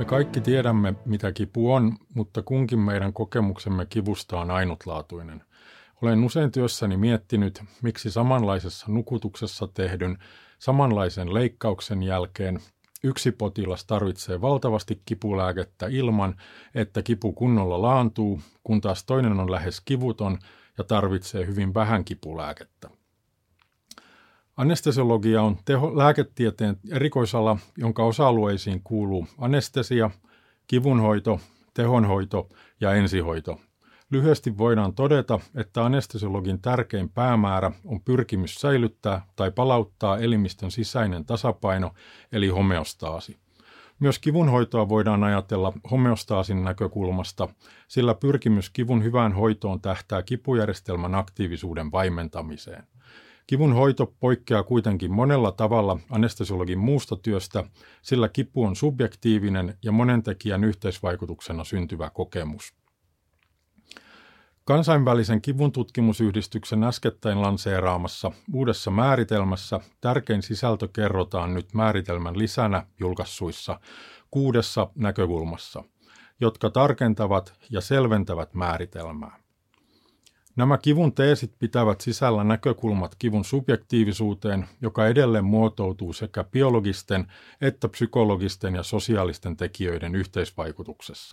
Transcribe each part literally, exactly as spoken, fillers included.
kaikki tiedämme, mitä kipu on, mutta kunkin meidän kokemuksemme kivusta on ainutlaatuinen. Olen usein työssäni miettinyt, miksi samanlaisessa nukutuksessa tehdyn samanlaisen leikkauksen jälkeen yksi potilas tarvitsee valtavasti kipulääkettä ilman, että kipu kunnolla laantuu, kun taas toinen on lähes kivuton ja tarvitsee hyvin vähän kipulääkettä. Anestesiologia on teho- lääketieteen erikoisala, jonka osa-alueisiin kuuluu anestesia, kivunhoito, tehonhoito ja ensihoito. Lyhyesti voidaan todeta, että anestesiologin tärkein päämäärä on pyrkimys säilyttää tai palauttaa elimistön sisäinen tasapaino, eli homeostaasi. Myös kivunhoitoa voidaan ajatella homeostaasin näkökulmasta, sillä pyrkimys kivun hyvään hoitoon tähtää kipujärjestelmän aktiivisuuden vaimentamiseen. Kivun hoito poikkeaa kuitenkin monella tavalla anestesiologin muusta työstä, sillä kipu on subjektiivinen ja monen tekijän yhteisvaikutuksena syntyvä kokemus. Kansainvälisen kivuntutkimusyhdistyksen äskettäin lanseeraamassa uudessa määritelmässä tärkein sisältö kerrotaan nyt määritelmän lisänä julkaissuissa kuudessa näkökulmassa, jotka tarkentavat ja selventävät määritelmää. Nämä kivun teesit pitävät sisällä näkökulmat kivun subjektiivisuuteen, joka edelleen muotoutuu sekä biologisten että psykologisten ja sosiaalisten tekijöiden yhteisvaikutuksessa.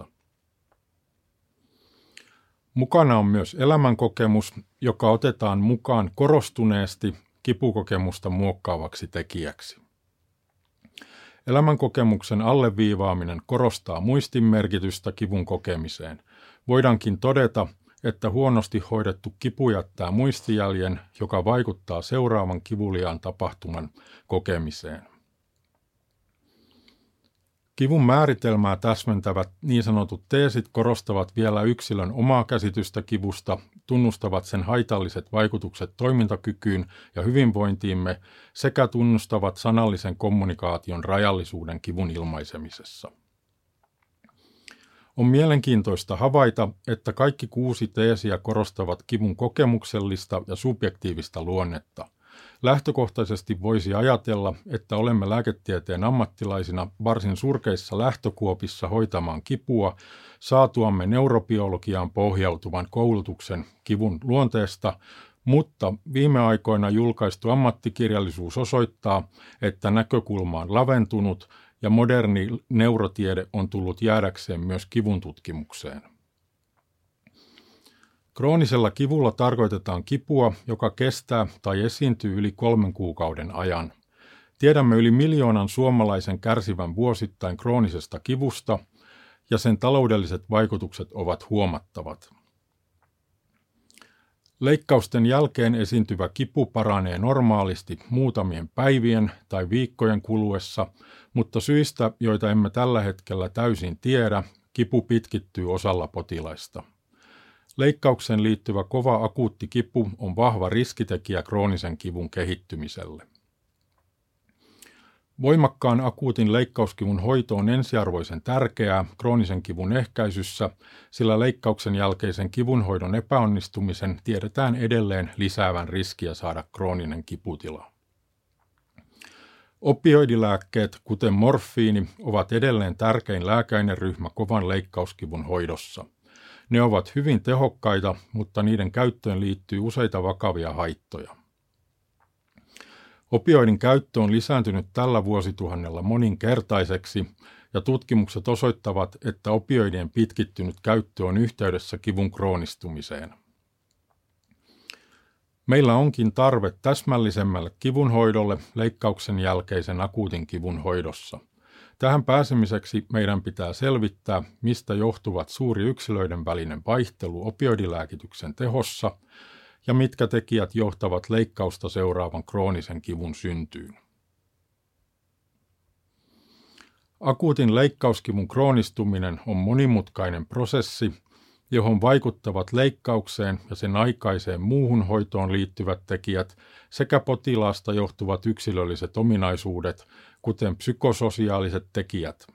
Mukana on myös elämänkokemus, joka otetaan mukaan korostuneesti kipukokemusta muokkaavaksi tekijäksi. Elämänkokemuksen alleviivaaminen korostaa muistin merkitystä kivun kokemiseen. Voidaankin todeta, että huonosti hoidettu kipu jättää muistijäljen, joka vaikuttaa seuraavan kivuliaan tapahtuman kokemiseen. Kivun määritelmää täsmentävät niin sanotut teesit korostavat vielä yksilön omaa käsitystä kivusta, tunnustavat sen haitalliset vaikutukset toimintakykyyn ja hyvinvointiimme sekä tunnustavat sanallisen kommunikaation rajallisuuden kivun ilmaisemisessa. On mielenkiintoista havaita, että kaikki kuusi teesiä korostavat kivun kokemuksellista ja subjektiivista luonnetta. Lähtökohtaisesti voisi ajatella, että olemme lääketieteen ammattilaisina varsin surkeissa lähtökuopissa hoitamaan kipua, saatuamme neurobiologiaan pohjautuvan koulutuksen kivun luonteesta, mutta viime aikoina julkaistu ammattikirjallisuus osoittaa, että näkökulma on laventunut ja moderni neurotiede on tullut jäädäkseen myös kivun tutkimukseen. Kroonisella kivulla tarkoitetaan kipua, joka kestää tai esiintyy yli kolmen kuukauden ajan. Tiedämme yli miljoonan suomalaisen kärsivän vuosittain kroonisesta kivusta, ja sen taloudelliset vaikutukset ovat huomattavat. Leikkausten jälkeen esiintyvä kipu paranee normaalisti muutamien päivien tai viikkojen kuluessa, mutta syistä, joita emme tällä hetkellä täysin tiedä, kipu pitkittyy osalla potilaista. Leikkaukseen liittyvä kova akuutti kipu on vahva riskitekijä kroonisen kivun kehittymiselle. Voimakkaan akuutin leikkauskivun hoito on ensiarvoisen tärkeää kroonisen kivun ehkäisyssä, sillä leikkauksen jälkeisen kivunhoidon epäonnistumisen tiedetään edelleen lisäävän riskiä saada krooninen kiputila. Opioidilääkkeet, kuten morfiini, ovat edelleen tärkein lääkeaineryhmä kovan leikkauskivun hoidossa. Ne ovat hyvin tehokkaita, mutta niiden käyttöön liittyy useita vakavia haittoja. Opioidin käyttö on lisääntynyt tällä vuosituhannella moninkertaiseksi, ja tutkimukset osoittavat, että opioidien pitkittynyt käyttö on yhteydessä kivun kroonistumiseen. Meillä onkin tarve täsmällisemmälle kivunhoidolle leikkauksen jälkeisen akuutin kivun hoidossa. Tähän pääsemiseksi meidän pitää selvittää, mistä johtuvat suuri yksilöiden välinen vaihtelu opioidilääkityksen tehossa ja mitkä tekijät johtavat leikkausta seuraavan kroonisen kivun syntyyn. Akuutin leikkauskivun kroonistuminen on monimutkainen prosessi, johon vaikuttavat leikkaukseen ja sen aikaiseen muuhun hoitoon liittyvät tekijät sekä potilaasta johtuvat yksilölliset ominaisuudet, kuten psykososiaaliset tekijät.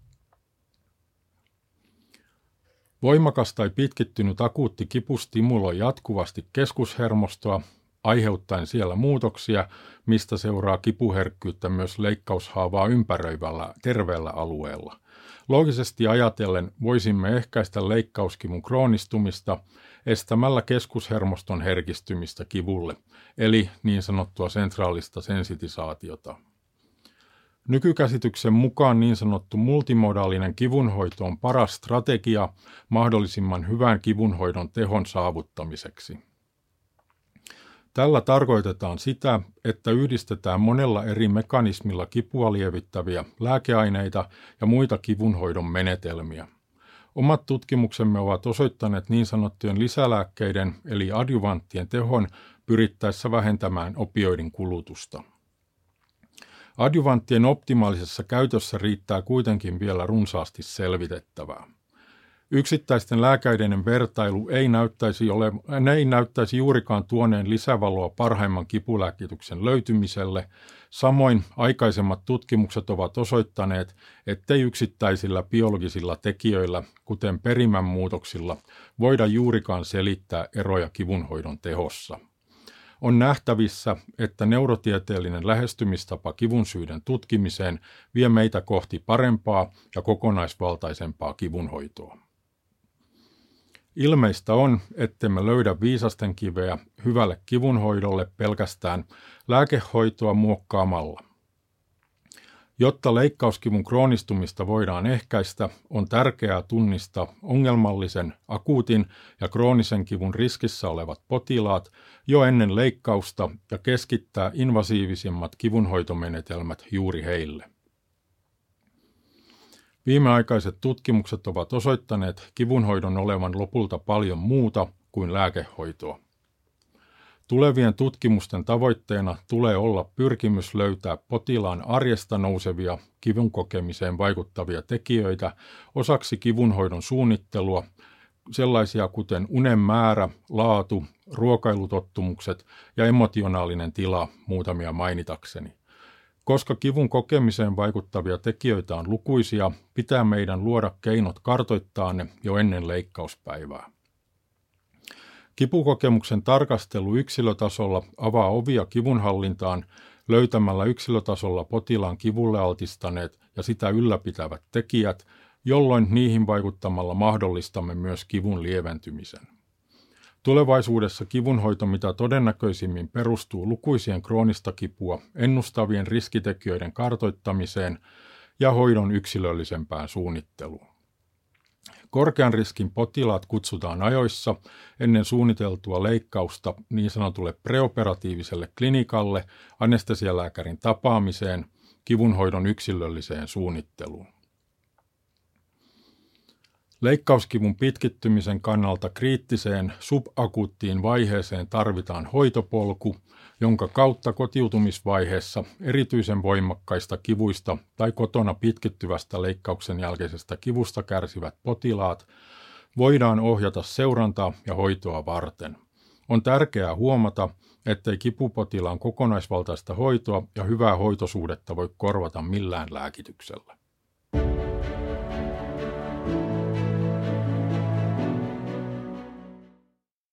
Voimakas tai pitkittynyt akuutti kipu stimuloi jatkuvasti keskushermostoa, aiheuttaen siellä muutoksia, mistä seuraa kipuherkkyyttä myös leikkaushaavaa ympäröivällä terveellä alueella. Loogisesti ajatellen voisimme ehkäistä leikkauskivun kroonistumista estämällä keskushermoston herkistymistä kivulle, eli niin sanottua sentraalista sensitisaatiota. Nykykäsityksen mukaan niin sanottu multimodaalinen kivunhoito on paras strategia mahdollisimman hyvän kivunhoidon tehon saavuttamiseksi. Tällä tarkoitetaan sitä, että yhdistetään monella eri mekanismilla kipua lievittäviä lääkeaineita ja muita kivunhoidon menetelmiä. Omat tutkimuksemme ovat osoittaneet niin sanottujen lisälääkkeiden eli adjuvanttien tehon pyrittäessä vähentämään opioidin kulutusta. Adjuvanttien optimaalisessa käytössä riittää kuitenkin vielä runsaasti selvitettävää. Yksittäisten lääkäiden vertailu ei näyttäisi, ole, ne ei näyttäisi juurikaan tuoneen lisävaloa parhaimman kipulääkityksen löytymiselle. Samoin aikaisemmat tutkimukset ovat osoittaneet, ettei yksittäisillä biologisilla tekijöillä, kuten perimän muutoksilla, voida juurikaan selittää eroja kivunhoidon tehossa. On nähtävissä, että neurotieteellinen lähestymistapa kivunsyiden tutkimiseen vie meitä kohti parempaa ja kokonaisvaltaisempaa kivunhoitoa. Ilmeistä on, ettemme löydä viisasten kiveä hyvälle kivunhoidolle pelkästään lääkehoitoa muokkaamalla. Jotta leikkauskivun kroonistumista voidaan ehkäistä, on tärkeää tunnistaa ongelmallisen, akuutin ja kroonisen kivun riskissä olevat potilaat jo ennen leikkausta ja keskittää invasiivisimmat kivunhoitomenetelmät juuri heille. Viimeaikaiset tutkimukset ovat osoittaneet kivunhoidon olevan lopulta paljon muuta kuin lääkehoitoa. Tulevien tutkimusten tavoitteena tulee olla pyrkimys löytää potilaan arjesta nousevia kivun kokemiseen vaikuttavia tekijöitä osaksi kivunhoidon suunnittelua, sellaisia kuten unen määrä, laatu, ruokailutottumukset ja emotionaalinen tila, muutamia mainitakseni. Koska kivun kokemiseen vaikuttavia tekijöitä on lukuisia, pitää meidän luoda keinot kartoittaa ne jo ennen leikkauspäivää. Kipukokemuksen tarkastelu yksilötasolla avaa ovia kivunhallintaan löytämällä yksilötasolla potilaan kivulle altistaneet ja sitä ylläpitävät tekijät, jolloin niihin vaikuttamalla mahdollistamme myös kivun lieventymisen. Tulevaisuudessa kivunhoito mitä todennäköisimmin perustuu lukuisien kroonista kipua ennustavien riskitekijöiden kartoittamiseen ja hoidon yksilöllisempään suunnitteluun. Korkean riskin potilaat kutsutaan ajoissa ennen suunniteltua leikkausta niin sanotulle preoperatiiviselle klinikalle, anestesialääkärin tapaamiseen, kivunhoidon yksilölliseen suunnitteluun. Leikkauskivun pitkittymisen kannalta kriittiseen subakuuttiin vaiheeseen tarvitaan hoitopolku, jonka kautta kotiutumisvaiheessa erityisen voimakkaista kivuista tai kotona pitkittyvästä leikkauksen jälkeisestä kivusta kärsivät potilaat voidaan ohjata seurantaa ja hoitoa varten. On tärkeää huomata, ettei kipupotilaan kokonaisvaltaista hoitoa ja hyvää hoitosuhdetta voi korvata millään lääkityksellä.